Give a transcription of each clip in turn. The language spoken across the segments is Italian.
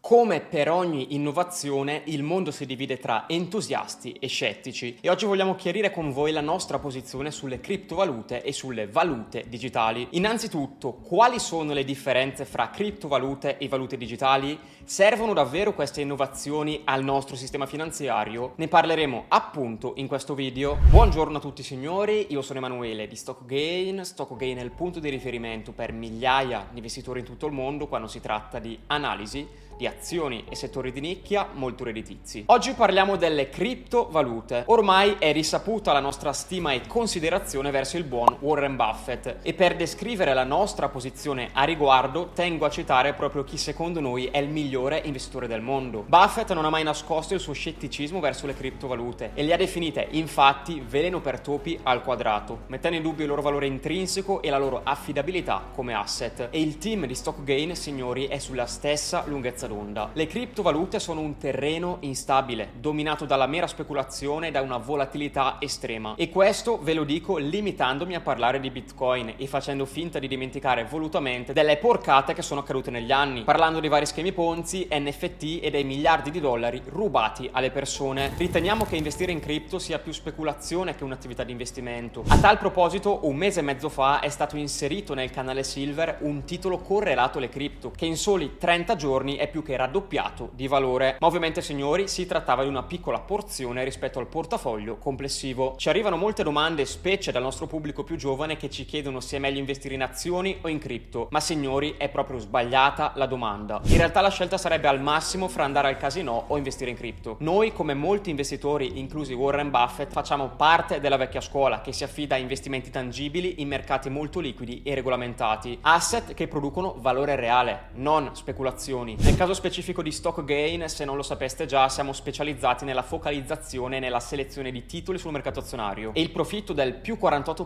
Come per ogni innovazione, il mondo si divide tra entusiasti e scettici e oggi vogliamo chiarire con voi la nostra posizione sulle criptovalute e sulle valute digitali. Innanzitutto, quali sono le differenze fra criptovalute e valute digitali? Servono davvero queste innovazioni al nostro sistema finanziario? Ne parleremo appunto in questo video. Buongiorno a tutti signori, io sono Emanuele di StockGain. StockGain è il punto di riferimento per migliaia di investitori in tutto il mondo quando si tratta di analisi di azioni e settori di nicchia molto redditizi. Oggi parliamo delle criptovalute. Ormai è risaputa la nostra stima e considerazione verso il buon Warren Buffett e per descrivere la nostra posizione a riguardo tengo a citare proprio chi secondo noi è il migliore investitore del mondo. Buffett non ha mai nascosto il suo scetticismo verso le criptovalute e le ha definite infatti veleno per topi al quadrato, mettendo in dubbio il loro valore intrinseco e la loro affidabilità come asset. E il team di StockGain, signori, è sulla stessa lunghezza d'onda. Le criptovalute sono un terreno instabile, dominato dalla mera speculazione e da una volatilità estrema. E questo ve lo dico limitandomi a parlare di Bitcoin e facendo finta di dimenticare volutamente delle porcate che sono accadute negli anni, parlando di vari schemi Ponzi, NFT e dei miliardi di dollari rubati alle persone. Riteniamo che investire in cripto sia più speculazione che un'attività di investimento. A tal proposito, un mese e mezzo fa è stato inserito nel canale Silver un titolo correlato alle cripto, che in soli 30 giorni è più che raddoppiato di valore. Ma ovviamente, signori, si trattava di una piccola porzione rispetto al portafoglio complessivo. Ci arrivano molte domande, specie dal nostro pubblico più giovane, che ci chiedono se è meglio investire in azioni o in cripto. Ma signori, è proprio sbagliata la domanda. In realtà la scelta sarebbe al massimo fra andare al casino o investire in cripto. Noi, come molti investitori, inclusi Warren Buffett, facciamo parte della vecchia scuola che si affida a investimenti tangibili in mercati molto liquidi e regolamentati, asset che producono valore reale, non speculazioni. Nel caso specifico di StockGain, se non lo sapeste già, siamo specializzati nella focalizzazione e nella selezione di titoli sul mercato azionario e il profitto del più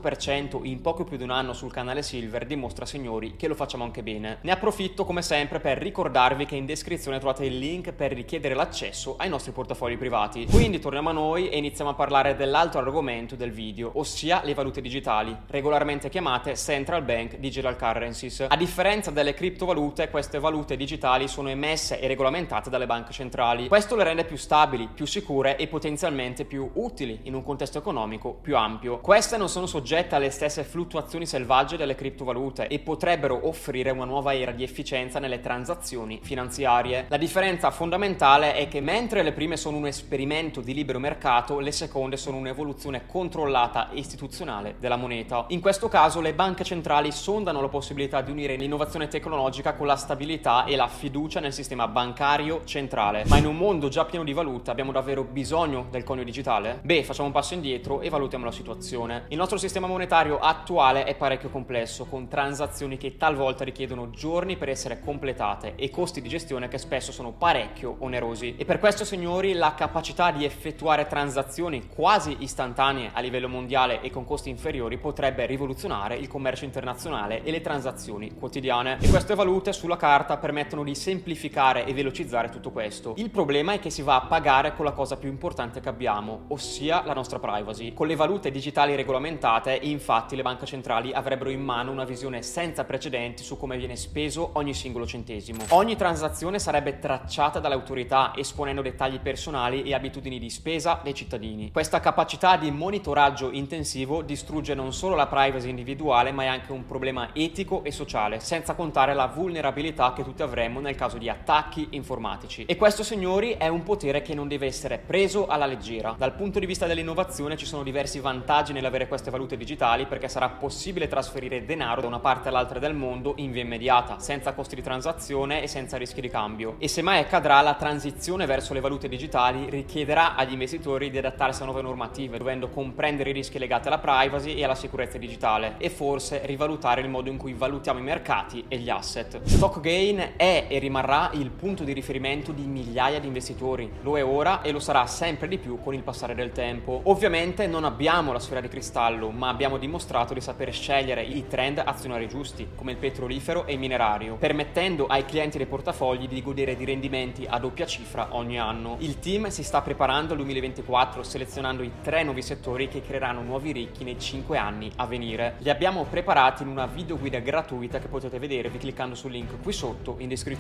48% in poco più di un anno sul canale Silver dimostra, signori, che lo facciamo anche bene. Ne approfitto come sempre per ricordarvi che in descrizione trovate il link per richiedere l'accesso ai nostri portafogli privati. Quindi torniamo a noi e iniziamo a parlare dell'altro argomento del video, ossia le valute digitali, regolarmente chiamate Central Bank Digital Currencies. A differenza delle criptovalute, queste valute digitali sono emesse e regolamentate dalle banche centrali. Questo le rende più stabili, più sicure e potenzialmente più utili in un contesto economico più ampio. Queste non sono soggette alle stesse fluttuazioni selvagge delle criptovalute e potrebbero offrire una nuova era di efficienza nelle transazioni finanziarie. La differenza fondamentale è che mentre le prime sono un esperimento di libero mercato, le seconde sono un'evoluzione controllata e istituzionale della moneta. In questo caso le banche centrali sondano la possibilità di unire l'innovazione tecnologica con la stabilità e la fiducia nel sistema bancario centrale. Ma in un mondo già pieno di valuta abbiamo davvero bisogno del conio digitale? Beh, facciamo un passo indietro e valutiamo la situazione. Il nostro sistema monetario attuale è parecchio complesso, con transazioni che talvolta richiedono giorni per essere completate e costi di gestione che spesso sono parecchio onerosi. E per questo, signori, la capacità di effettuare transazioni quasi istantanee a livello mondiale e con costi inferiori potrebbe rivoluzionare il commercio internazionale e le transazioni quotidiane. E queste valute sulla carta permettono di semplificare e velocizzare tutto questo. Il problema è che si va a pagare con la cosa più importante che abbiamo, ossia la nostra privacy. Con le valute digitali regolamentate, infatti, le banche centrali avrebbero in mano una visione senza precedenti su come viene speso ogni singolo centesimo. Ogni transazione sarebbe tracciata dalle autorità, esponendo dettagli personali e abitudini di spesa dei cittadini. Questa capacità di monitoraggio intensivo distrugge non solo la privacy individuale, ma è anche un problema etico e sociale, senza contare la vulnerabilità che tutti avremmo nel caso di attacchi informatici. E questo, signori, è un potere che non deve essere preso alla leggera. Dal punto di vista dell'innovazione ci sono diversi vantaggi nell'avere queste valute digitali, perché sarà possibile trasferire denaro da una parte all'altra del mondo in via immediata, senza costi di transazione e senza rischi di cambio. E se mai accadrà, la transizione verso le valute digitali richiederà agli investitori di adattarsi a nuove normative, dovendo comprendere i rischi legati alla privacy e alla sicurezza digitale e forse rivalutare il modo in cui valutiamo i mercati e gli asset. StockGain è e rimarrà il punto di riferimento di migliaia di investitori. Lo è ora e lo sarà sempre di più con il passare del tempo. Ovviamente non abbiamo la sfera di cristallo, ma abbiamo dimostrato di saper scegliere i trend azionari giusti, come il petrolifero e il minerario, permettendo ai clienti dei portafogli di godere di rendimenti a doppia cifra ogni anno. Il team si sta preparando al 2024, selezionando i 3 nuovi settori che creeranno nuovi ricchi nei 5 anni a venire. Li abbiamo preparati in una videoguida gratuita che potete vedervi cliccando sul link qui sotto in descrizione.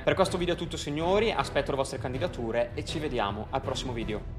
Per questo video è tutto signori, aspetto le vostre candidature e ci vediamo al prossimo video.